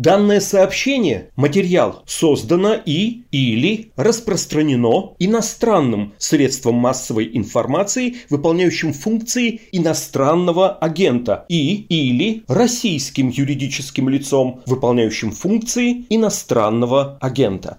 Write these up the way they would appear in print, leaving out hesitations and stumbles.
Данное сообщение, материал, создано или распространено иностранным средством массовой информации, выполняющим функции иностранного агента, или российским юридическим лицом, выполняющим функции иностранного агента.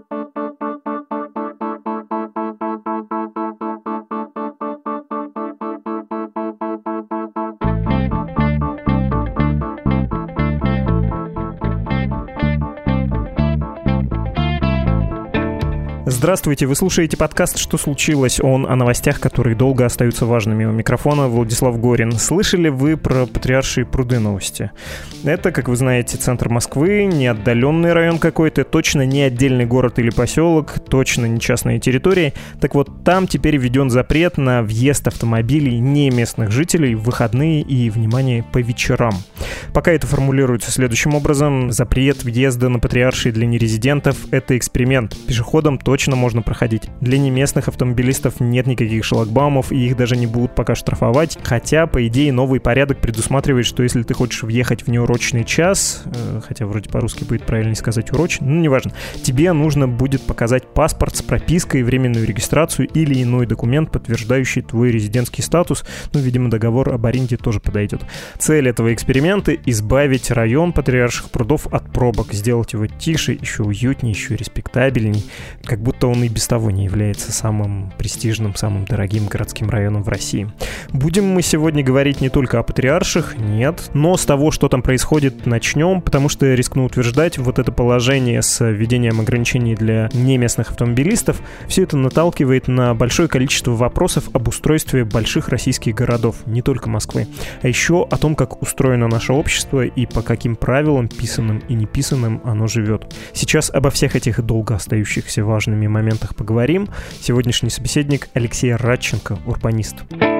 Здравствуйте, вы слушаете подкаст «Что случилось?». Он о новостях, которые долго остаются важными. У микрофона Владислав Горин. Слышали вы про Патриаршие пруды новости? Это, как вы знаете, центр Москвы, не отдаленный район какой-то, точно не отдельный город или поселок, точно не частная территория. Так вот, там теперь введен запрет на въезд автомобилей не местных жителей в выходные и, внимание, по вечерам. Пока это формулируется следующим образом: запрет въезда на Патриаршие для нерезидентов – это эксперимент. Пешеходам точно можно проходить. Для неместных автомобилистов нет никаких шлагбаумов, и их даже не будут пока штрафовать. Хотя, по идее, новый порядок предусматривает, что если ты хочешь въехать в неурочный час, хотя вроде по-русски будет правильнее сказать урочный, неважно, тебе нужно будет показать паспорт с пропиской, временную регистрацию или иной документ, подтверждающий твой резидентский статус. Видимо, договор об аренде тоже подойдет. Цель этого эксперимента — избавить район Патриарших прудов от пробок, сделать его тише, еще уютнее, еще респектабельней, как будто он и без того не является самым престижным, самым дорогим городским районом в России. Будем мы сегодня говорить не только о Патриарших, нет, но с того, что там происходит, начнем, потому что, рискну утверждать, вот это положение с введением ограничений для неместных автомобилистов, все это наталкивает на большое количество вопросов об устройстве больших российских городов, не только Москвы, а еще о том, как устроено наше общество и по каким правилам, писанным и неписанным, оно живет. Сейчас обо всех этих долго остающихся важными моментах поговорим. Сегодняшний собеседник Алексей Радченко, урбанист.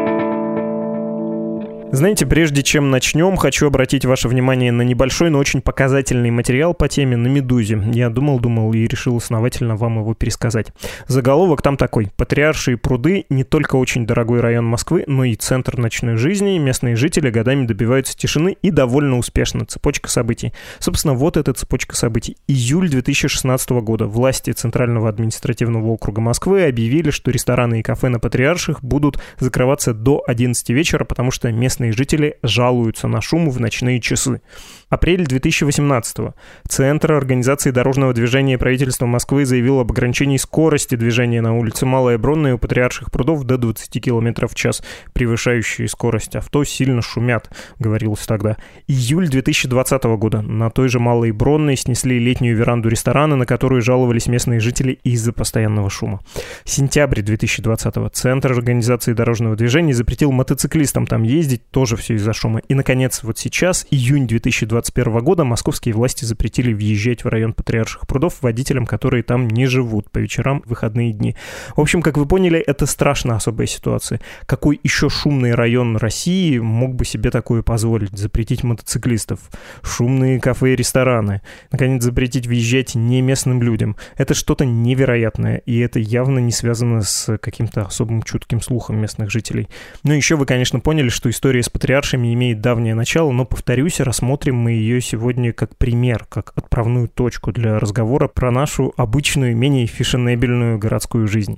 Знаете, прежде чем начнем, хочу обратить ваше внимание на небольшой, но очень показательный материал по теме на «Медузе». Я думал и решил основательно вам его пересказать. Заголовок там такой: «Патриаршие пруды — не только очень дорогой район Москвы, но и центр ночной жизни. Местные жители годами добиваются тишины и довольно успешно. Цепочка событий». Собственно, вот эта цепочка событий. Июль 2016 года. Власти Центрального административного округа Москвы объявили, что рестораны и кафе на Патриарших будут закрываться до 11 вечера, потому что местные жители жалуются на шум в ночные часы. Апрель 2018-го. Центр организации дорожного движения правительства Москвы заявил об ограничении скорости движения на улице Малая Бронная у Патриарших прудов до 20 км в час. Превышающие скорость авто сильно шумят, говорилось тогда. Июль 2020 года. На той же Малой Бронной снесли летнюю веранду ресторана, на которую жаловались местные жители из-за постоянного шума. Сентябрь 2020-го. Центр организации дорожного движения запретил мотоциклистам там ездить, тоже все из-за шума. И, наконец, вот сейчас, июнь 2021 года, московские власти запретили въезжать в район Патриарших прудов водителям, которые там не живут по вечерам в выходные дни. В общем, как вы поняли, это страшно особая ситуация. Какой еще шумный район России мог бы себе такое позволить? Запретить мотоциклистов, шумные кафе и рестораны, наконец, запретить въезжать не местным людям. Это что-то невероятное, и это явно не связано с каким-то особым чутким слухом местных жителей. Ну, еще вы, конечно, поняли, что история с Патриаршими имеет давнее начало, но, повторюсь, рассмотрим мы ее сегодня как пример, как отправную точку для разговора про нашу обычную, менее фешенебельную городскую жизнь.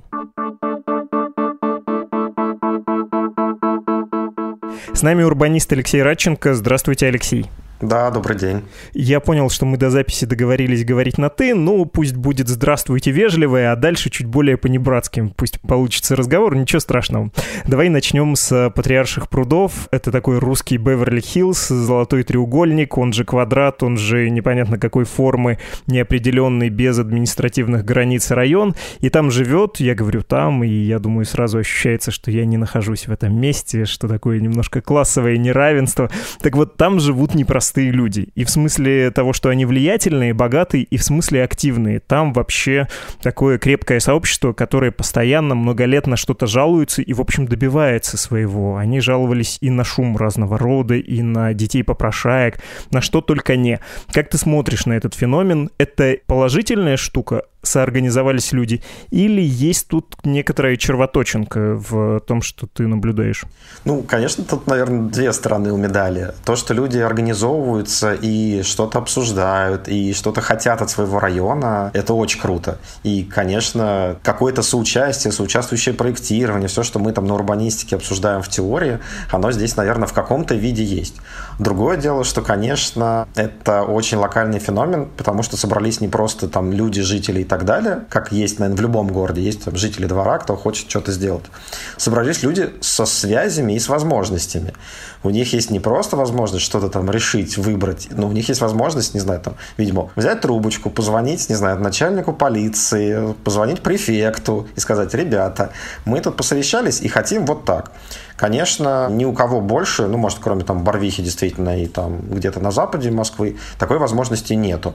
С нами урбанист Алексей Радченко. Здравствуйте, Алексей. Да, добрый день. Я понял, что мы до записи договорились говорить на «ты», ну, пусть будет «здравствуйте» вежливое, а дальше чуть более по-небратски. Пусть получится разговор, ничего страшного. Давай начнем с Патриарших прудов. Это такой русский Беверли-Хиллз, золотой треугольник, он же квадрат, он же непонятно какой формы, неопределенный, без административных границ район. И там живет, я говорю там, и я думаю, сразу ощущается, что я не нахожусь в этом месте, что такое немножко классовое неравенство. Так вот, там живут непростые люди. И в смысле того, что они влиятельные, богатые, и в смысле активные. Там вообще такое крепкое сообщество, которое постоянно, много лет на что-то жалуется и, в общем, добивается своего. Они жаловались и на шум разного рода, и на детей-попрошаек, на что только не. Как ты смотришь на этот феномен? Это положительная штука? Соорганизовались люди? Или есть тут некоторая червоточинка в том, что ты наблюдаешь? Ну, конечно, тут, наверное, две стороны у медали. То, что люди организованы, организовываются и что-то обсуждают, и что-то хотят от своего района, это очень круто. И, конечно, какое-то соучаствующее проектирование, все, что мы там на урбанистике обсуждаем в теории, оно здесь, наверное, в каком-то виде есть. Другое дело, что, конечно, это очень локальный феномен, потому что собрались не просто там люди, жители и так далее, как есть, наверное, в любом городе, есть там жители двора, кто хочет что-то сделать. Собрались люди со связями и с возможностями. У них есть не просто возможность что-то там решить, выбрать, но у них есть возможность, не знаю, там, видимо, взять трубочку, позвонить, не знаю, начальнику полиции, позвонить префекту и сказать: ребята, мы тут посовещались и хотим вот так. Конечно, ни у кого больше, ну, может, кроме там Барвихи, действительно, и там где-то на западе Москвы, такой возможности нету.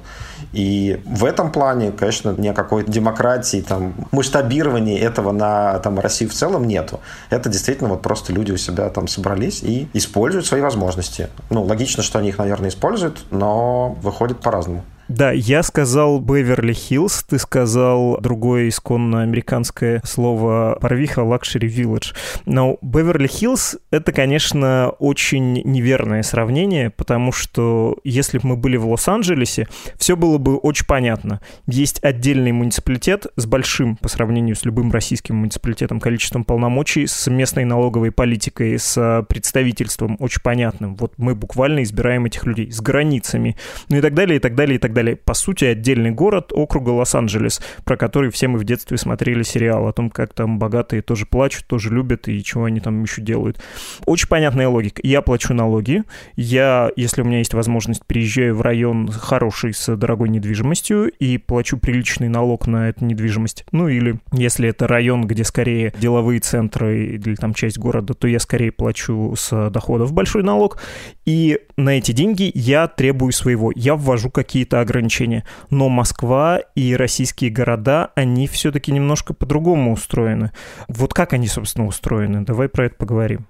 И в этом плане, конечно, ни о какой демократии, там, масштабировании этого на там, Россию в целом нету. Это действительно вот просто люди у себя там собрались и используют свои возможности. Ну, логично, что они их, наверное, используют, но выходит по-разному. Да, я сказал Беверли-Хиллз, ты сказал другое исконно американское слово Барвиха, Luxury Village. Но Беверли-Хиллз — это, конечно, очень неверное сравнение, потому что если бы мы были в Лос-Анджелесе, все было бы очень понятно. Есть отдельный муниципалитет с большим, по сравнению с любым российским муниципалитетом, количеством полномочий, с местной налоговой политикой, с представительством очень понятным. Вот мы буквально избираем этих людей с границами, ну и так далее, и так далее, и так далее. По сути, отдельный город округа Лос-Анджелес, про который все мы в детстве смотрели сериал о том, как там богатые тоже плачут, тоже любят и чего они там еще делают. Очень понятная логика. Я плачу налоги, я, если у меня есть возможность, приезжаю в район хороший с дорогой недвижимостью и плачу приличный налог на эту недвижимость. Ну или если это район, где скорее деловые центры или там часть города, то я скорее плачу с доходов большой налог. И на эти деньги я требую своего. Я ввожу какие-то ограничения. Но Москва и российские города, они все-таки немножко по-другому устроены. Вот как они, собственно, устроены? Давай про это поговорим.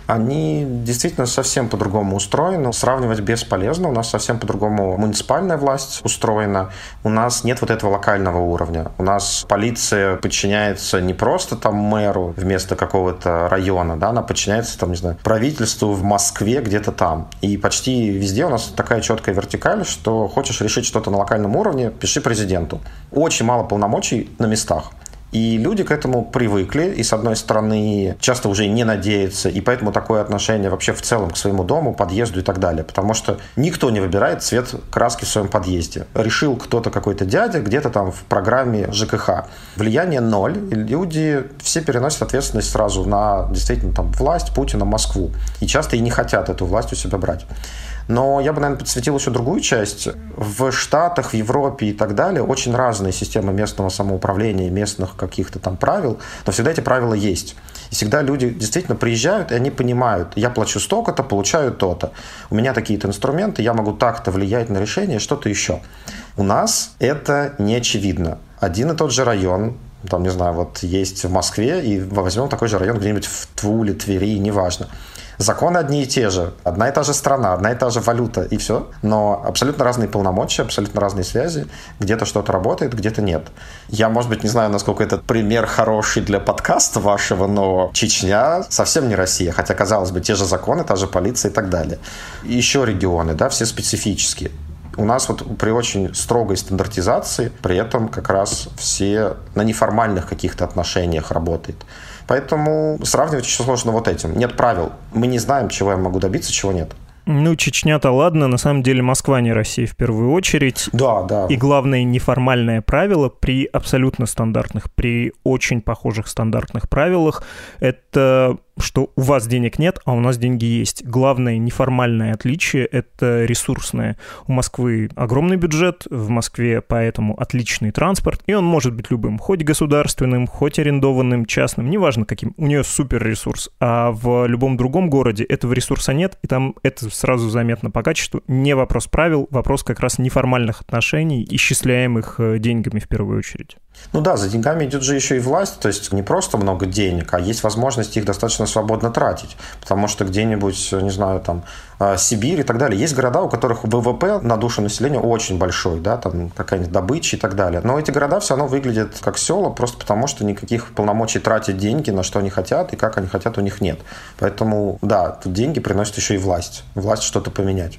Они действительно совсем по-другому устроены. Сравнивать бесполезно. У нас совсем по-другому муниципальная власть устроена. У нас нет вот этого локального уровня. У нас полиция подчиняется не просто там мэру вместо какого-то района, да, она подчиняется там, не знаю, правительству в Москве где-то там. И почти везде у нас такая четкая вертикаль, что хочешь решить что-то на локальном уровне, пиши президенту. Очень мало полномочий на местах. И люди к этому привыкли, и, с одной стороны, часто уже не надеются, и поэтому такое отношение вообще в целом к своему дому, подъезду и так далее. Потому что никто не выбирает цвет краски в своем подъезде. Решил кто-то, какой-то дядя, где-то там в программе ЖКХ. Влияние ноль, и люди все переносят ответственность сразу на, действительно, там, власть Путина, Москву. И часто и не хотят эту власть у себя брать. Но я бы, наверное, подсветил еще другую часть. В Штатах, в Европе и так далее очень разные системы местного самоуправления, местных каких-то там правил, но всегда эти правила есть. И всегда люди действительно приезжают, и они понимают: я плачу столько-то, получаю то-то. У меня такие-то инструменты, я могу так-то влиять на решение, что-то еще. У нас это не очевидно. Один и тот же район, там, не знаю, вот есть в Москве, и возьмем такой же район где-нибудь в Туле, Твери, неважно. Законы одни и те же, одна и та же страна, одна и та же валюта, и все. Но абсолютно разные полномочия, абсолютно разные связи. Где-то что-то работает, где-то нет. Я, может быть, не знаю, насколько этот пример хороший для подкаста вашего, но Чечня совсем не Россия. Хотя, казалось бы, те же законы, та же полиция и так далее. И еще регионы, да, все специфические. У нас вот при очень строгой стандартизации, при этом как раз все на неформальных каких-то отношениях работает. Поэтому сравнивать еще сложно вот этим. Нет правил. Мы не знаем, чего я могу добиться, чего нет. Ну, Чечня-то ладно, на самом деле Москва не Россия в первую очередь. Да, да. И главное, неформальное правило при абсолютно стандартных, при очень похожих стандартных правилах — это что у вас денег нет, а у нас деньги есть. Главное неформальное отличие — это ресурсное. У Москвы огромный бюджет, в Москве поэтому отличный транспорт, и он может быть любым, хоть государственным, хоть арендованным, частным, неважно каким. У нее суперресурс. А в любом другом городе этого ресурса нет, и там это сразу заметно по качеству. Не вопрос правил, вопрос как раз неформальных отношений, исчисляемых деньгами в первую очередь. Ну да, за деньгами идет же еще и власть, то есть не просто много денег, а есть возможность их достаточно свободно тратить, потому что где-нибудь, не знаю, там, Сибирь и так далее, есть города, у которых ВВП на душу населения очень большой, да, там какая-нибудь добыча и так далее, но эти города все равно выглядят как села, просто потому что никаких полномочий тратить деньги на что они хотят и как они хотят у них нет, поэтому, да, тут деньги приносят еще и власть что-то поменять.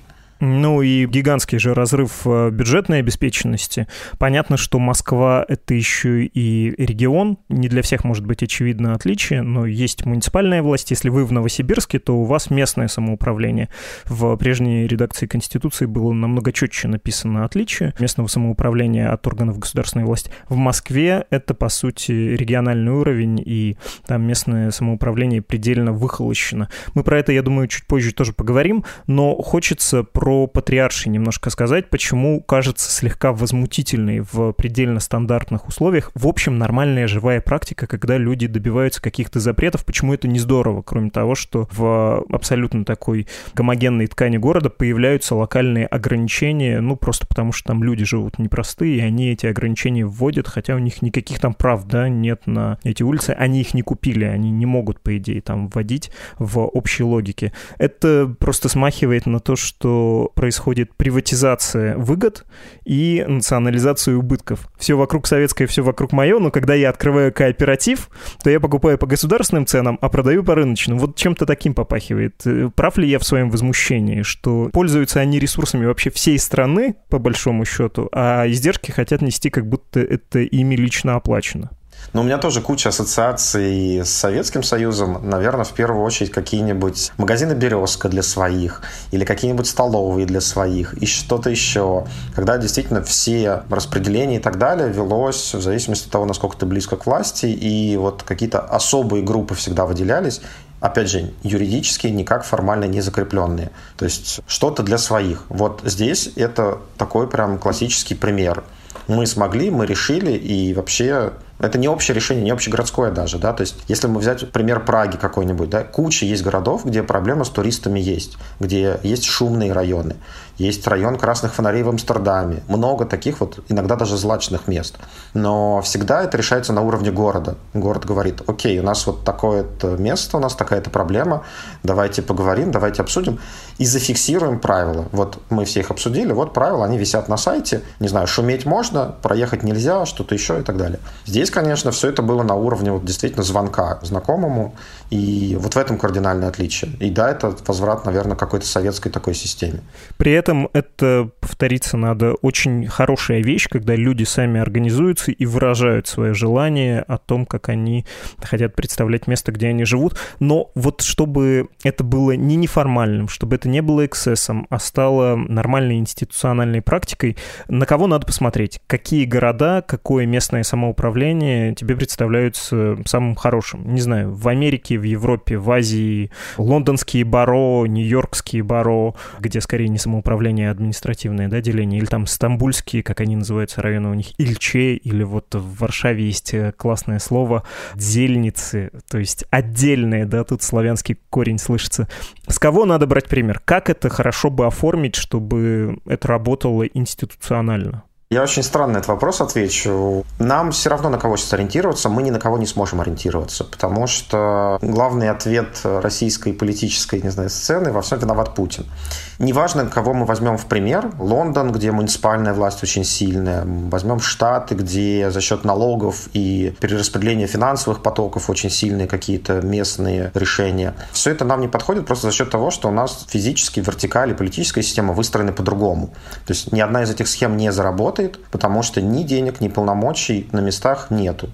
Ну и гигантский же разрыв бюджетной обеспеченности. Понятно, что Москва — это еще и регион. Не для всех может быть очевидно отличие, но есть муниципальная власть. Если вы в Новосибирске, то у вас местное самоуправление. В прежней редакции Конституции было намного четче написано отличие местного самоуправления от органов государственной власти. В Москве это, по сути, региональный уровень, и там местное самоуправление предельно выхолощено. Мы про это, я думаю, чуть позже тоже поговорим, но хочется про патриарший немножко сказать, почему кажется слегка возмутительной в предельно стандартных условиях. В общем, нормальная живая практика, когда люди добиваются каких-то запретов. Почему это не здорово? Кроме того, что в абсолютно такой гомогенной ткани города появляются локальные ограничения, ну, просто потому что там люди живут непростые, и они эти ограничения вводят, хотя у них никаких там прав, да, нет на эти улицы. Они их не купили, они не могут, по идее, там вводить в общей логике. Это просто смахивает на то, что происходит приватизация выгод и национализация убытков. Все вокруг советское, все вокруг мое, но когда я открываю кооператив, то я покупаю по государственным ценам, а продаю по рыночным. Вот чем-то таким попахивает. Прав ли я в своем возмущении, что пользуются они ресурсами вообще всей страны, по большому счету, а издержки хотят нести, как будто это ими лично оплачено? Но у меня тоже куча ассоциаций с Советским Союзом. Наверное, в первую очередь какие-нибудь магазины «Березка» для своих, или какие-нибудь столовые для своих, и что-то еще. Когда действительно все распределения и так далее велось в зависимости от того, насколько ты близко к власти, и вот какие-то особые группы всегда выделялись. Опять же, юридически никак формально не закрепленные. То есть что-то для своих. Вот здесь это такой прям классический пример. Мы смогли, мы решили, и вообще это не общее решение, не общегородское даже, да, то есть если мы взять пример Праги какой-нибудь, да, куча есть городов, где проблема с туристами есть, где есть шумные районы, есть район красных фонарей в Амстердаме, много таких вот, иногда даже злачных мест, но всегда это решается на уровне города. Город говорит: окей, у нас вот такое-то место, у нас такая-то проблема, давайте поговорим, давайте обсудим и зафиксируем правила. Вот мы все их обсудили, вот правила, они висят на сайте, не знаю, шуметь можно, проехать нельзя, что-то еще и так далее. Здесь, конечно, все это было на уровне вот действительно звонка знакомому, и вот в этом кардинальное отличие. И да, это возврат, наверное, к какой-то советской такой системе. При этом это, повториться надо, очень хорошая вещь, когда люди сами организуются и выражают свое желание о том, как они хотят представлять место, где они живут. Но вот чтобы это было не неформальным, чтобы это не было эксцессом, а стало нормальной институциональной практикой, на кого надо посмотреть? Какие города, какое местное самоуправление тебе представляются самым хорошим? Не знаю, в Америке, в Европе, в Азии, лондонские баро, нью-йоркские баро, где скорее не самоуправление, а административное, да, деление, или там стамбульские, как они называются, районы у них, Ильче, или вот в Варшаве есть классное слово «дзельницы», то есть отдельные, да, тут славянский корень слышится. С кого надо брать пример? Как это хорошо бы оформить, чтобы это работало институционально? Я очень странно на этот вопрос отвечу. Нам все равно на кого сейчас ориентироваться, мы ни на кого не сможем ориентироваться, потому что главный ответ российской политической, не знаю, сцены: во всем виноват Путин. Неважно, кого мы возьмем в пример. Лондон, где муниципальная власть очень сильная. Возьмем Штаты, где за счет налогов и перераспределения финансовых потоков очень сильные какие-то местные решения. Все это нам не подходит просто за счет того, что у нас физически вертикаль и политическая система выстроены по-другому. То есть ни одна из этих схем не заработает, потому что ни денег, ни полномочий на местах нету.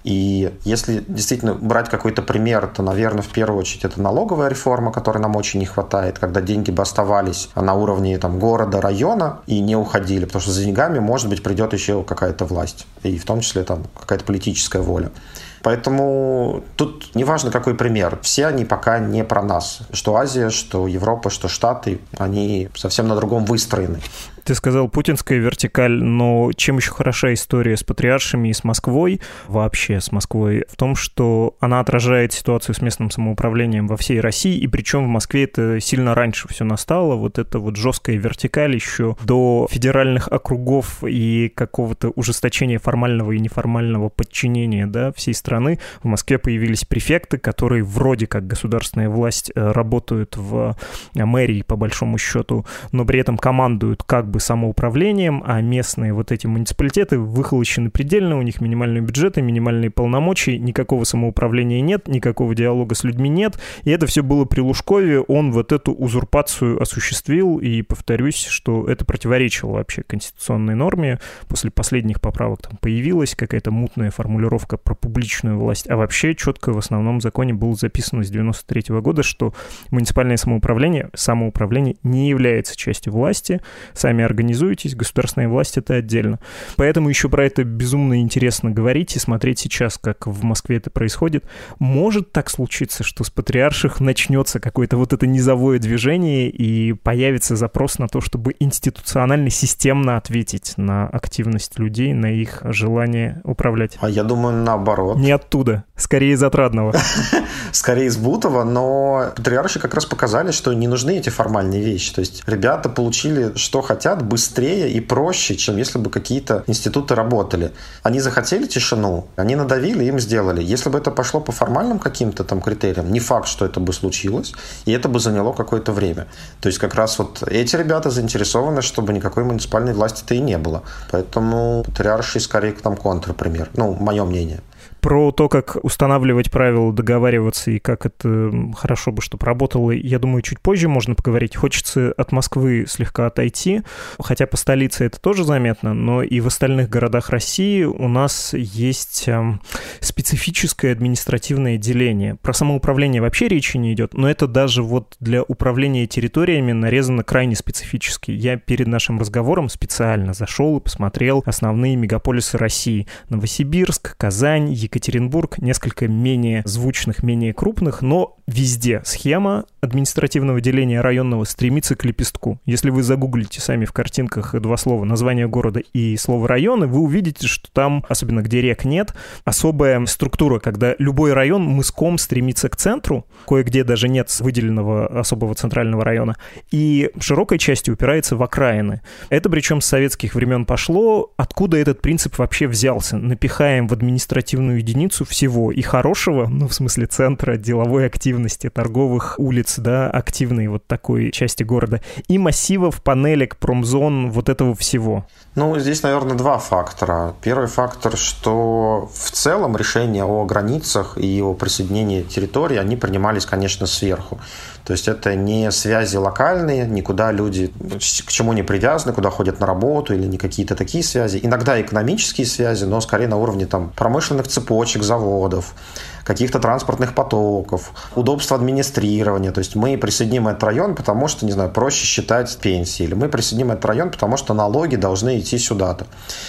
И если действительно брать какой-то пример, то, наверное, в первую очередь это налоговая реформа, которой нам очень не хватает, когда деньги бы оставались на уровне там, города, района и не уходили, потому что за деньгами, может быть, придет еще какая-то власть, и в том числе там какая-то политическая воля. Поэтому тут неважно, какой пример. Все они пока не про нас. Что Азия, что Европа, что Штаты, они совсем на другом выстроены. Ты сказал путинская вертикаль, но чем еще хороша история с патриаршами и с Москвой, вообще с Москвой, в том, что она отражает ситуацию с местным самоуправлением во всей России, и причем в Москве это сильно раньше все настало, вот эта вот жесткая вертикаль еще до федеральных округов и какого-то ужесточения формального и неформального подчинения, да, всей страны. В Москве появились префекты, которые вроде как государственная власть работают в мэрии, по большому счету, но при этом командуют как бы бы самоуправлением, а местные вот эти муниципалитеты выхолощены предельно, у них минимальные бюджеты, минимальные полномочия, никакого самоуправления нет, никакого диалога с людьми нет, и это все было при Лужкове, он вот эту узурпацию осуществил, и повторюсь, что это противоречило вообще конституционной норме. После последних поправок там появилась какая-то мутная формулировка про публичную власть, а вообще четко в основном законе было записано с 93 года, что муниципальное самоуправление не является частью власти, сами организуетесь, государственная власть — это отдельно. Поэтому еще про это безумно интересно говорить и смотреть сейчас, как в Москве это происходит. Может так случиться, что с Патриарших начнется какое-то вот это низовое движение и появится запрос на то, чтобы институционально, системно ответить на активность людей, на их желание управлять. А я думаю, наоборот. Не оттуда, скорее из Отрадного. Скорее из Бутова, но Патриарши как раз показали, что не нужны эти формальные вещи. То есть ребята получили, что хотят, быстрее и проще, чем если бы какие-то институты работали. Они захотели тишину, они надавили, им сделали. Если бы это пошло по формальным каким-то там критериям, не факт, что это бы случилось, и это бы заняло какое-то время. То есть как раз вот эти ребята заинтересованы, чтобы никакой муниципальной власти-то и не было. Поэтому Патриарши скорее там контрпример. Мое мнение. Про то, как устанавливать правила, договариваться и как это хорошо бы, чтобы работало, я думаю, чуть позже можно поговорить. Хочется от Москвы слегка отойти, хотя по столице это тоже заметно, но и в остальных городах России у нас есть специфическое административное деление. Про самоуправление вообще речи не идет, но это даже вот для управления территориями нарезано крайне специфически. Я перед нашим разговором специально зашел и посмотрел основные мегаполисы России. Новосибирск, Казань, Екатеринбург, несколько менее звучных, менее крупных, но везде схема административного деления районного стремится к лепестку. Если вы загуглите сами в картинках два слова, название города и слово районы, вы увидите, что там, особенно где рек нет, особая структура, когда любой район мыском стремится к центру, кое-где даже нет выделенного особого центрального района, и широкой частью упирается в окраины. Это причем с советских времен пошло. Откуда этот принцип вообще взялся? Напихаем в административную единицу всего и хорошего, в смысле центра, деловой активности, торговых улиц, да, активной вот такой части города, и массивов, панелек, промзон, вот этого всего. Здесь, наверное, два фактора. Первый фактор, что в целом решения о границах и о присоединении территорий, они принимались, конечно, сверху. То есть это не связи локальные, никуда люди к чему не привязаны, куда ходят на работу, или не какие-то такие связи. Иногда экономические связи, но скорее на уровне там промышленных цепочек, заводов, каких-то транспортных потоков, удобства администрирования. То есть мы присоединим этот район, потому что, не знаю, проще считать пенсии. Или мы присоединим этот район, потому что налоги должны идти сюда-то.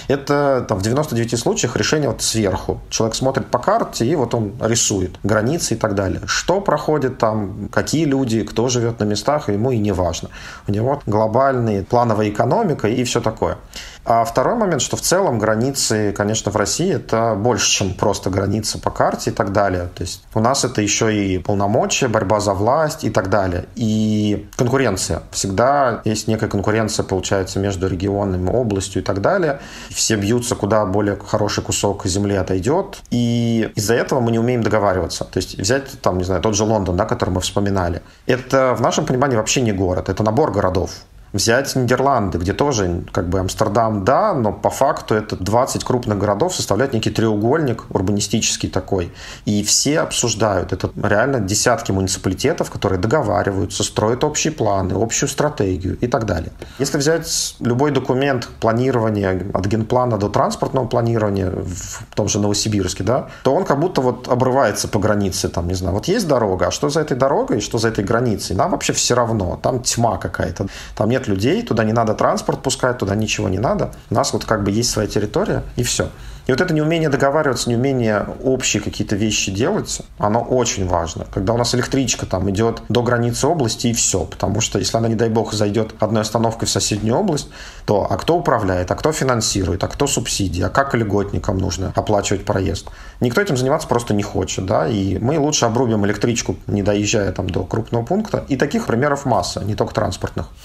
Это там, в 99 случаях решение вот сверху. Человек смотрит по карте, и вот он рисует границы и так далее. Что проходит там, какие люди, кто живет на местах, ему и не важно. У него глобальная плановая экономика и все такое. А второй момент, что в целом границы, конечно, в России это больше, чем просто границы по карте и так далее. То есть у нас это еще и полномочия, борьба за власть и так далее. И конкуренция. Всегда есть некая конкуренция, получается, между регионами, областью и так далее. Все бьются, куда более хороший кусок земли отойдет. И из-за этого мы не умеем договариваться. То есть взять, там, не знаю, тот же Лондон, да, который мы вспоминали. Это в нашем понимании вообще не город, это набор городов. Взять Нидерланды, где тоже как бы Амстердам, да, но по факту это 20 крупных городов составляют некий треугольник урбанистический такой. И все обсуждают. Это реально десятки муниципалитетов, которые договариваются, строят общие планы, общую стратегию и так далее. Если взять любой документ планирования от генплана до транспортного планирования в том же Новосибирске, да, то он как будто вот обрывается по границе. Там, не знаю, вот есть дорога, а что за этой дорогой, что за этой границей? Нам вообще все равно. Там тьма какая-то. Там нет людей, туда не надо транспорт пускать, туда ничего не надо. У нас вот как бы есть своя территория, и все. И вот это неумение договариваться, неумение общие какие-то вещи делать, оно очень важно. Когда у нас электричка там идет до границы области, и все. Потому что если она, не дай бог, зайдет одной остановкой в соседнюю область, то а кто управляет, а кто финансирует, а кто субсидии, а как льготникам нужно оплачивать проезд. Никто этим заниматься просто не хочет, да, и мы лучше обрубим электричку, не доезжая там до крупного пункта. И таких примеров масса, не только транспортных.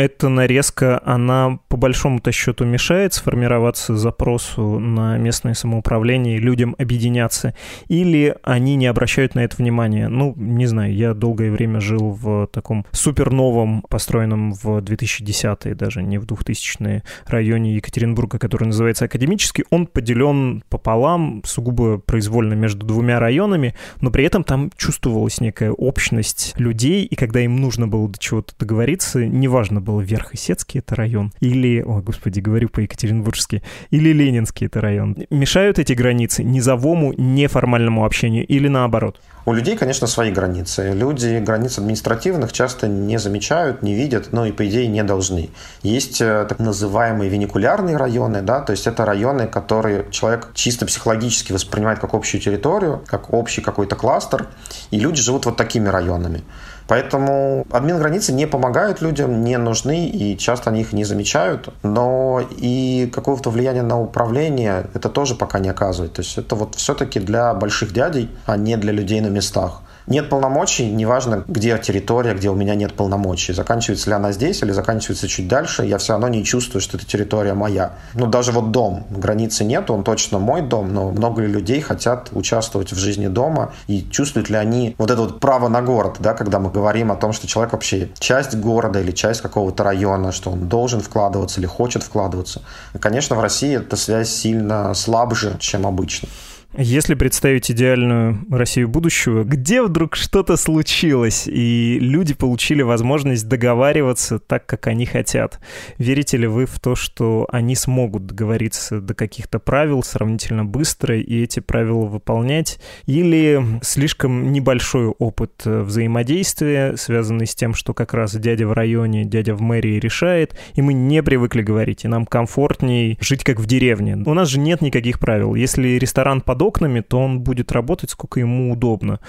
эта нарезка, она по большому-то счету мешает сформироваться запросу на местное самоуправление, людям объединяться, или они не обращают на это внимания? Ну, не знаю, я долгое время жил в таком суперновом, построенном в 2010-е, даже не в 2000-е, районе Екатеринбурга, который называется Академический. Он поделен пополам, сугубо произвольно между двумя районами, но при этом там чувствовалась некая общность людей, и когда им нужно было до чего-то договориться, неважно было, Верхесецкий это район, или, о, господи, говорю по-екатеринбургски, или Ленинский это район. Мешают эти границы низовому, неформальному общению или наоборот? У людей, конечно, свои границы. Люди границ административных часто не замечают, не видят, но и, по идее, не должны. Есть так называемые веникулярные районы, да, то есть это районы, которые человек чисто психологически воспринимает как общую территорию, как общий какой-то кластер, и люди живут вот такими районами. Поэтому админграницы не помогают людям, не нужны, и часто они их не замечают, но и какого-то влияния на управление это тоже пока не оказывает. То есть это вот все-таки для больших дядей, а не для людей на местах. Нет полномочий, неважно, где территория, где у меня нет полномочий. Заканчивается ли она здесь или заканчивается чуть дальше, я все равно не чувствую, что эта территория моя. Ну, даже вот дом, границы нет, он точно мой дом, но много ли людей хотят участвовать в жизни дома и чувствуют ли они вот это вот право на город, да, когда мы говорим о том, что человек вообще часть города или часть какого-то района, что он должен вкладываться или хочет вкладываться. И, конечно, в России эта связь сильно слабже, чем обычно. Если представить идеальную Россию будущего, где вдруг что-то случилось, и люди получили возможность договариваться так, как они хотят, верите ли вы в то, что они смогут договориться до каких-то правил сравнительно быстро и эти правила выполнять? Или слишком небольшой опыт взаимодействия, связанный с тем, что как раз дядя в районе, дядя в мэрии решает, и мы не привыкли говорить, и нам комфортней жить как в деревне? У нас же нет никаких правил. Если ресторан под окнами, то он будет работать, сколько ему удобно.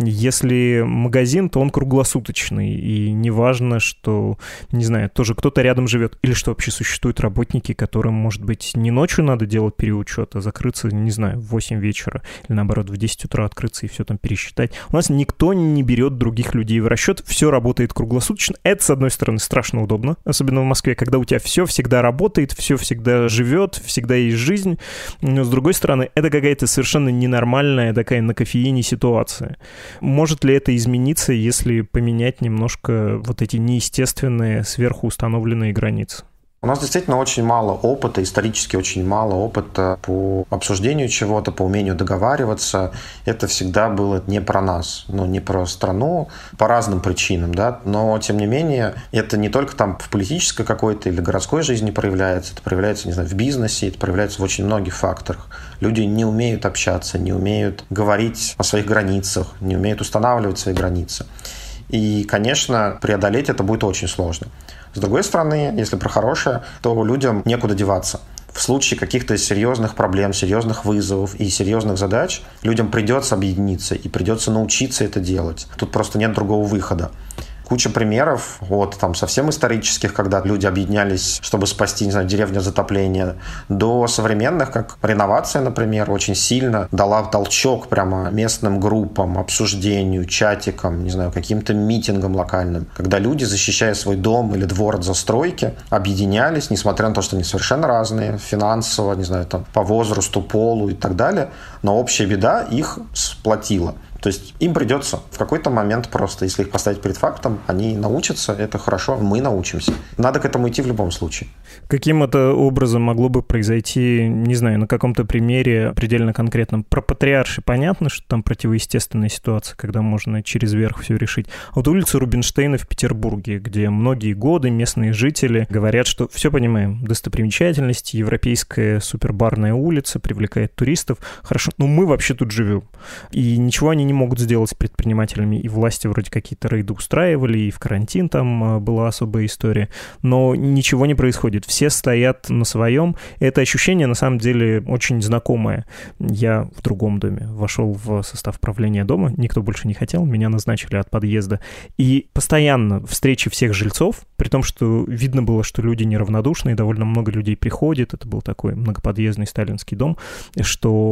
Если магазин, то он круглосуточный, и неважно, что, не знаю, тоже кто-то рядом живет, или что вообще существуют работники, которым, может быть, не ночью надо делать переучет, а закрыться, не знаю, в 8 вечера, или наоборот, в 10 утра открыться и все там пересчитать. У нас никто не берет других людей в расчет, все работает круглосуточно. Это, с одной стороны, страшно удобно, особенно в Москве, когда у тебя все всегда работает, все всегда живет, всегда есть жизнь, но, с другой стороны, это какая-то совершенно ненормальная такая на кофеине ситуация. Может ли это измениться, если поменять немножко вот эти неестественные сверху установленные границы? У нас действительно очень мало опыта, исторически очень мало опыта по обсуждению чего-то, по умению договариваться. Это всегда было не про нас, не про страну, по разным причинам, да. Но, тем не менее, это не только там в политической какой-то или городской жизни проявляется, это проявляется, не знаю, в бизнесе, это проявляется в очень многих факторах. Люди не умеют общаться, не умеют говорить о своих границах, не умеют устанавливать свои границы. И, конечно, преодолеть это будет очень сложно. С другой стороны, если про хорошее, то людям некуда деваться. В случае каких-то серьезных проблем, серьезных вызовов и серьезных задач людям придется объединиться и придется научиться это делать. Тут просто нет другого выхода. Куча примеров от совсем исторических, когда люди объединялись, чтобы спасти, не знаю, деревню от затопления, до современных, как реновация, например, очень сильно дала толчок прямо местным группам, обсуждению, чатикам, не знаю, каким-то митингам локальным, когда люди, защищая свой дом или двор от застройки, объединялись, несмотря на то, что они совершенно разные, финансово, не знаю, по возрасту, полу и так далее, но общая беда их сплотила. То есть им придется в какой-то момент просто, если их поставить перед фактом, они научатся, это хорошо, мы научимся. Надо к этому идти в любом случае. Каким это образом могло бы произойти, не знаю, на каком-то примере предельно конкретном? Про Патриарши понятно, что там противоестественная ситуация, когда можно через верх все решить. А вот улица Рубинштейна в Петербурге, где многие годы местные жители говорят, что все понимаем, достопримечательность, европейская супербарная улица привлекает туристов, хорошо, но мы вообще тут живем. И ничего они не могут сделать с предпринимателями, и власти вроде какие-то рейды устраивали, и в карантин там была особая история, но ничего не происходит, все стоят на своем. Это ощущение, на самом деле, очень знакомое. Я в другом доме вошел в состав правления дома, никто больше не хотел, меня назначили от подъезда, и постоянно встречи всех жильцов, при том, что видно было, что люди неравнодушные, довольно много людей приходит, это был такой многоподъездный сталинский дом, что многие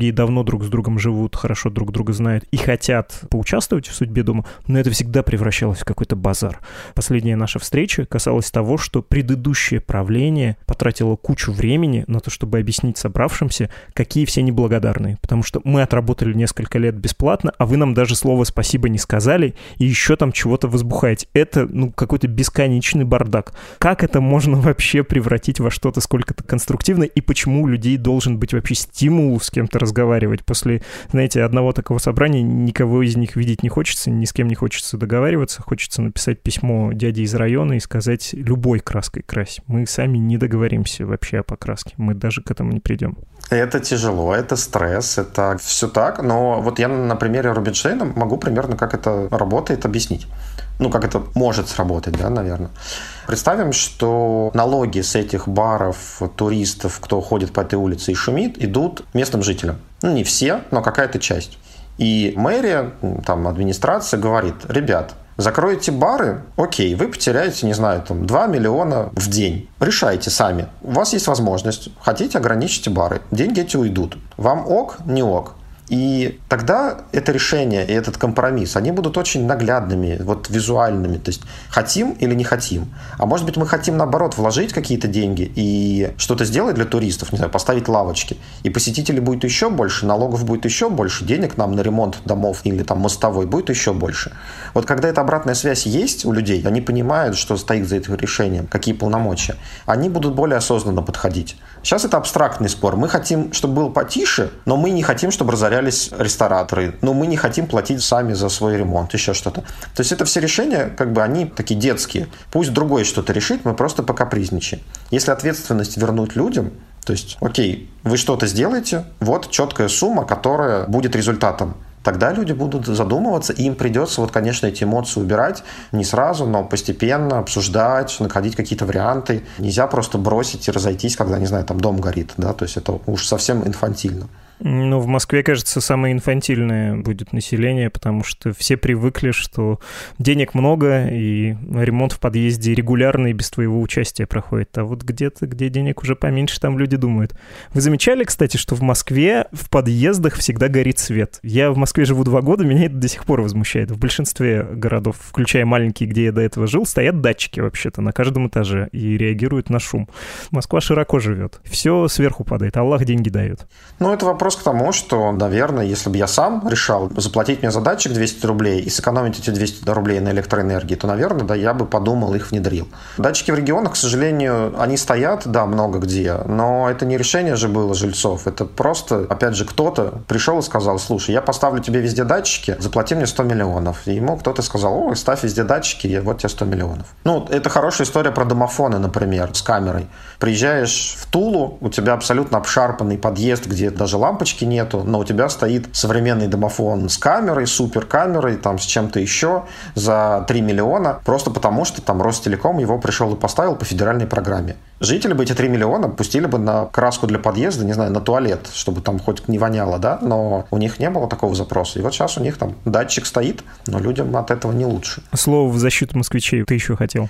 семьи давно друг с другом живут, хорошо друг друга знают и хотят поучаствовать в судьбе дома, но это всегда превращалось в какой-то базар. Последняя наша встреча касалась того, что предыдущее правление потратило кучу времени на то, чтобы объяснить собравшимся, какие все неблагодарные, потому что мы отработали несколько лет бесплатно, а вы нам даже слова «спасибо» не сказали, и еще там чего-то возбухаете. Это, какой-то бесконечный бардак. Как это можно вообще превратить во что-то сколько-то конструктивное, и почему у людей должен быть вообще стимул с кем-то разговаривать? После, знаете, одного такого собрания никого из них видеть не хочется, ни с кем не хочется договариваться, хочется написать письмо дяде из района и сказать: любой краской крась. Мы сами не договоримся вообще о покраске. Мы даже к этому не придем. Это тяжело, это стресс, это все так. Но вот я на примере Рубинштейна могу примерно, как это работает, объяснить. Как это может сработать, да, наверное. Представим, что налоги с этих баров, туристов, кто ходит по этой улице и шумит, идут местным жителям. Не все, но какая-то часть. И мэрия, администрация говорит: ребят, закроете бары, окей, вы потеряете, 2 миллиона в день. Решайте сами. У вас есть возможность. Хотите, ограничите бары. Деньги эти уйдут. Вам ок, не ок. И тогда это решение и этот компромисс, они будут очень наглядными, визуальными. То есть хотим или не хотим. А может быть, мы хотим, наоборот, вложить какие-то деньги и что-то сделать для туристов, поставить лавочки. И посетителей будет еще больше, налогов будет еще больше, денег нам на ремонт домов или мостовой будет еще больше. Вот когда эта обратная связь есть у людей, они понимают, что стоит за этим решением, какие полномочия, они будут более осознанно подходить. Сейчас это абстрактный спор. Мы хотим, чтобы было потише, но мы не хотим, чтобы разорялись рестораторы. Но мы не хотим платить сами за свой ремонт, еще что-то. То есть это все решения, они такие детские. Пусть другой что-то решит, мы просто покапризничаем. Если ответственность вернуть людям, то есть, окей, вы что-то сделаете, вот четкая сумма, которая будет результатом. Тогда люди будут задумываться, и им придется, конечно, эти эмоции убирать не сразу, но постепенно обсуждать, находить какие-то варианты. Нельзя просто бросить и разойтись, когда, дом горит, да, то есть это уж совсем инфантильно. В Москве, кажется, самое инфантильное будет население, потому что все привыкли, что денег много, и ремонт в подъезде регулярный без твоего участия проходит. А вот где-то, где денег уже поменьше, там люди думают. Вы замечали, кстати, что в Москве в подъездах всегда горит свет? Я в Москве живу 2 года, меня это до сих пор возмущает. В большинстве городов, включая маленькие, где я до этого жил, стоят датчики вообще-то на каждом этаже и реагируют на шум. Москва широко живет. Все сверху падает, Аллах деньги дает. Это вопрос к тому, что, наверное, если бы я сам решал заплатить мне за датчик 200 рублей и сэкономить эти 200 рублей на электроэнергии, то, наверное, да, я бы подумал, их внедрил. Датчики в регионах, к сожалению, они стоят, да, много где, но это не решение же было жильцов, это просто, опять же, кто-то пришел и сказал: слушай, я поставлю тебе везде датчики, заплати мне 100 миллионов. И ему кто-то сказал: ставь везде датчики, и вот тебе 100 миллионов. Это хорошая история про домофоны, например, с камерой. Приезжаешь в Тулу, у тебя абсолютно обшарпанный подъезд, где даже лампочки нету, но у тебя стоит современный домофон с камерой, суперкамерой, с чем-то еще за 3 миллиона, просто потому что Ростелеком его пришел и поставил по федеральной программе. Жители бы эти 3 миллиона пустили бы на краску для подъезда, не знаю, на туалет, чтобы хоть не воняло, да, но у них не было такого запроса. И вот сейчас у них датчик стоит, но людям от этого не лучше. Слово в защиту москвичей ты еще хотел.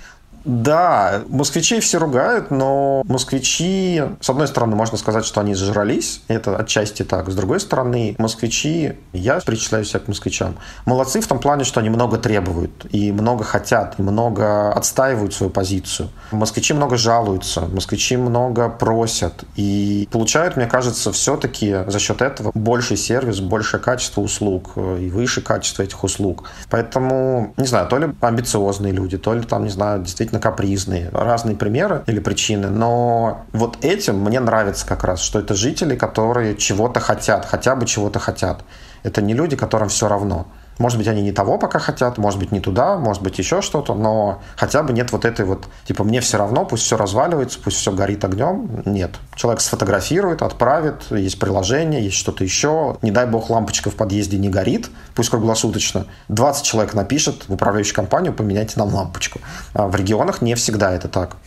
Да, москвичей все ругают, но москвичи, с одной стороны, можно сказать, что они зажрались, это отчасти так. С другой стороны, москвичи, я причисляю себя к москвичам, молодцы в том плане, что они много требуют, и много хотят, и много отстаивают свою позицию. Москвичи много жалуются, москвичи много просят, и получают, мне кажется, все-таки за счет этого больший сервис, большее качество услуг и выше качество этих услуг. Поэтому, не знаю, то ли амбициозные люди, то ли действительно капризные, разные примеры или причины, но вот этим мне нравится как раз, что это жители, которые чего-то хотят, хотя бы чего-то хотят. Это не люди, которым все равно. Может быть, они не того пока хотят, может быть, не туда, может быть, еще что-то, но хотя бы нет вот этой мне все равно, пусть все разваливается, пусть все горит огнем. Нет. Человек сфотографирует, отправит, есть приложение, есть что-то еще. Не дай бог, лампочка в подъезде не горит, пусть круглосуточно. 20 человек напишет в управляющую компанию: поменяйте нам лампочку. А в регионах не всегда это так.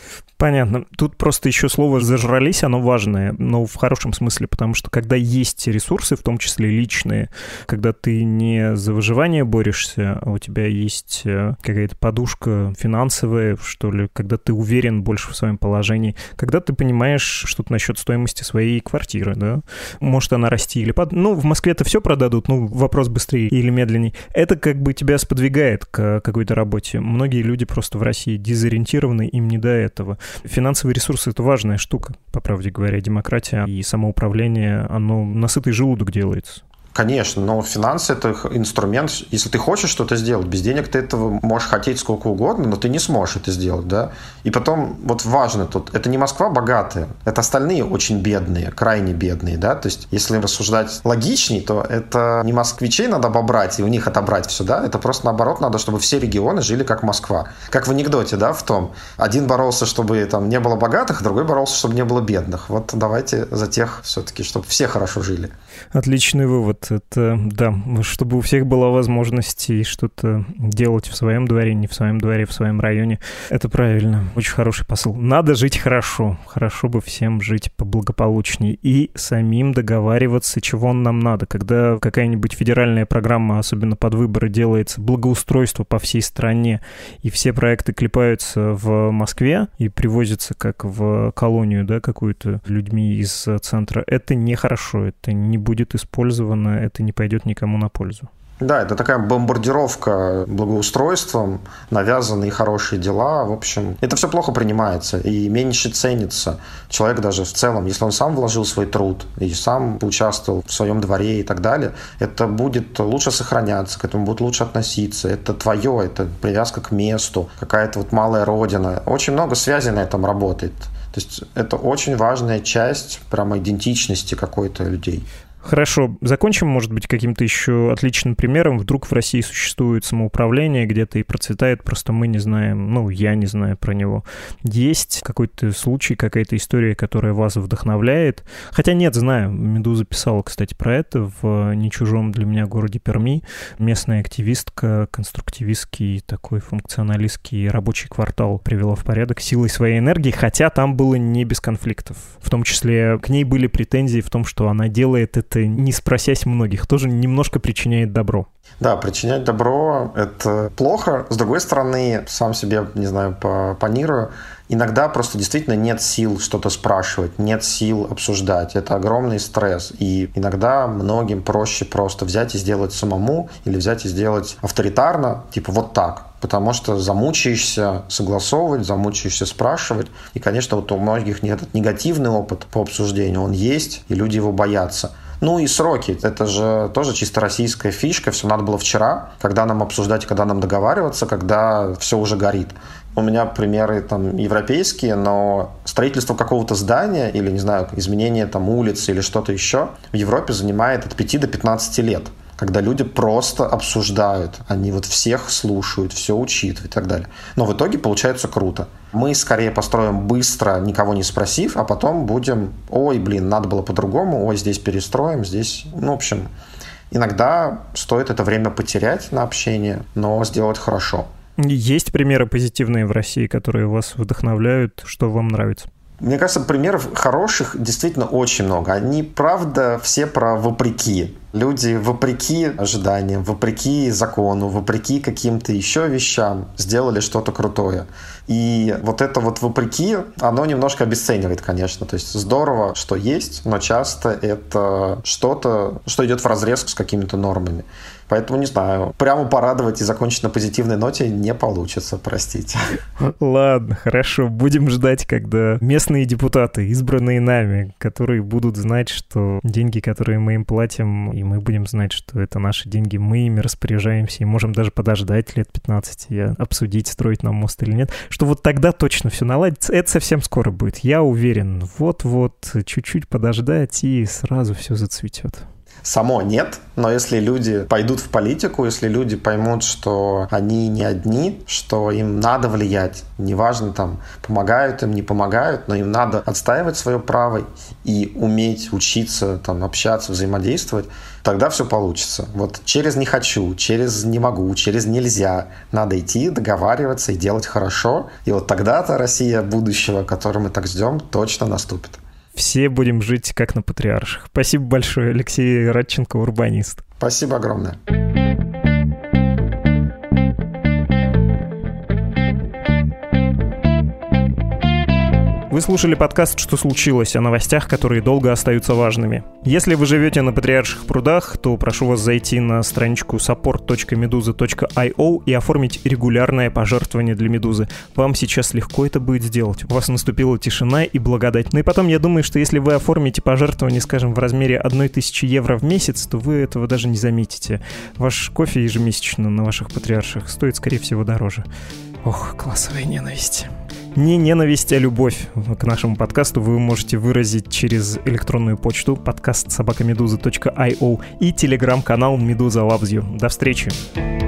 Понятно. Тут просто еще слово «зажрались», оно важное, но в хорошем смысле, потому что когда есть ресурсы, в том числе личные, когда ты не за выживание борешься, а у тебя есть какая-то подушка финансовая, что ли, когда ты уверен больше в своем положении, когда ты понимаешь что-то насчет стоимости своей квартиры, да, может она расти или падать. Ну, в Москве-то все продадут, ну, вопрос быстрее или медленнее. Это как бы тебя сподвигает к какой-то работе. Многие люди просто в России дезориентированы, им не до этого. Финансовые ресурсы — это важная штука, по правде говоря. Демократия и самоуправление, оно на сытый желудок делается. Конечно, но финансы – это инструмент. Если ты хочешь что-то сделать, без денег ты этого можешь хотеть сколько угодно, но ты не сможешь это сделать, да? И потом, вот важно тут, это не Москва богатая, это остальные очень бедные, крайне бедные, да? То есть, если рассуждать логичней, то это не москвичей надо обобрать и у них отобрать все, да? Это просто наоборот надо, чтобы все регионы жили как Москва. Как в анекдоте, да, в том. Один боролся, чтобы там не было богатых, другой боролся, чтобы не было бедных. Вот давайте за тех все-таки, чтобы все хорошо жили. Отличный вывод. Это, да, чтобы у всех была возможность и что-то делать в своем дворе, не в своем дворе, в своем районе. Это правильно. Очень хороший посыл. Надо жить хорошо. Хорошо бы всем жить поблагополучнее. И самим договариваться, чего нам надо. Когда какая-нибудь федеральная программа, особенно под выборы, делается благоустройство по всей стране, и все проекты клепаются в Москве и привозятся как в колонию, да, какую-то людьми из центра, это нехорошо. Это не будет использовано, это не пойдет никому на пользу. Да, это такая бомбардировка благоустройством, навязанные хорошие дела. В общем, это все плохо принимается и меньше ценится. Человек даже в целом, если он сам вложил свой труд и сам поучаствовал в своем дворе и так далее, это будет лучше сохраняться, к этому будет лучше относиться. Это твое, это привязка к месту, какая-то вот малая родина. Очень много связей на этом работает. То есть это очень важная часть прямо идентичности какой-то людей. Хорошо, закончим, может быть, каким-то еще отличным примером. Вдруг в России существует самоуправление где-то и процветает, просто мы не знаем, ну, я не знаю про него. Есть какой-то случай, какая-то история, которая вас вдохновляет? Хотя нет, знаю, «Медуза» писала, кстати, про это в не чужом для меня городе Перми. Местная активистка, конструктивистский такой функционалистский рабочий квартал привела в порядок силой своей энергии, хотя там было не без конфликтов. В том числе к ней были претензии в том, что она делает это не спросясь многих, тоже немножко причиняет добро. Да, причинять добро – это плохо. С другой стороны, сам себе, не знаю, панирую, иногда просто действительно нет сил что-то спрашивать, нет сил обсуждать. Это огромный стресс. И иногда многим проще просто взять и сделать самому или взять и сделать авторитарно, типа вот так. Потому что замучаешься согласовывать, замучаешься спрашивать. И, конечно, вот у многих этот негативный опыт по обсуждению, он есть, и люди его боятся. Ну и сроки. Это же тоже чисто российская фишка. Все надо было вчера, когда нам обсуждать, когда нам договариваться, когда все уже горит. У меня примеры там европейские, но строительство какого-то здания или, не знаю, изменение там улицы или что-то еще в Европе занимает от 5 до 15 лет. Когда люди просто обсуждают, они вот всех слушают, все учитывают и так далее. Но в итоге получается круто. Мы скорее построим быстро, никого не спросив, а потом будем, ой, блин, надо было по-другому, ой, здесь перестроим, здесь, ну, в общем, иногда стоит это время потерять на общение, но сделать хорошо. Есть примеры позитивные в России, которые вас вдохновляют, что вам нравится? Мне кажется, примеров хороших действительно очень много. Они, правда, все про вопреки. Люди вопреки ожиданиям, вопреки закону, вопреки каким-то еще вещам сделали что-то крутое. И вот это вот вопреки, оно немножко обесценивает, конечно. То есть здорово, что есть, но часто это что-то, что идет вразрез с какими-то нормами. Поэтому, не знаю, прямо порадовать и закончить на позитивной ноте не получится, простите. Ладно, хорошо. Будем ждать, когда местные депутаты, избранные нами, которые будут знать, что деньги, которые мы им платим, и мы будем знать, что это наши деньги, мы ими распоряжаемся и можем даже подождать лет 15 и обсудить, строить нам мост или нет, что вот тогда точно все наладится. Это совсем скоро будет, я уверен. Вот-вот, чуть-чуть подождать, и сразу все зацветет. Само нет, но если люди пойдут в политику, если люди поймут, что они не одни, что им надо влиять, неважно, там, помогают им, не помогают, но им надо отстаивать свое право и уметь учиться, там, общаться, взаимодействовать, тогда все получится. Вот через «не хочу», через «не могу», через «нельзя» надо идти, договариваться и делать хорошо. И вот тогда-то Россия будущего, которое мы так ждем, точно наступит. Все будем жить как на Патриарших. Спасибо большое, Алексей Радченко, урбанист. Спасибо огромное. Вы слушали подкаст «Что случилось?» о новостях, которые долго остаются важными. Если вы живете на Патриарших прудах, то прошу вас зайти на страничку support.meduza.io и оформить регулярное пожертвование для Медузы. Вам сейчас легко это будет сделать. У вас наступила тишина и благодать. Ну и потом, я думаю, что если вы оформите пожертвование, скажем, в размере 1000 евро в месяц, то вы этого даже не заметите. Ваш кофе ежемесячно на ваших Патриарших стоит, скорее всего, дороже. Ох, классовая ненависть. Не ненависть, а любовь к нашему подкасту вы можете выразить через электронную почту podcast@meduza.io и телеграм-канал Meduza Loves You. До встречи!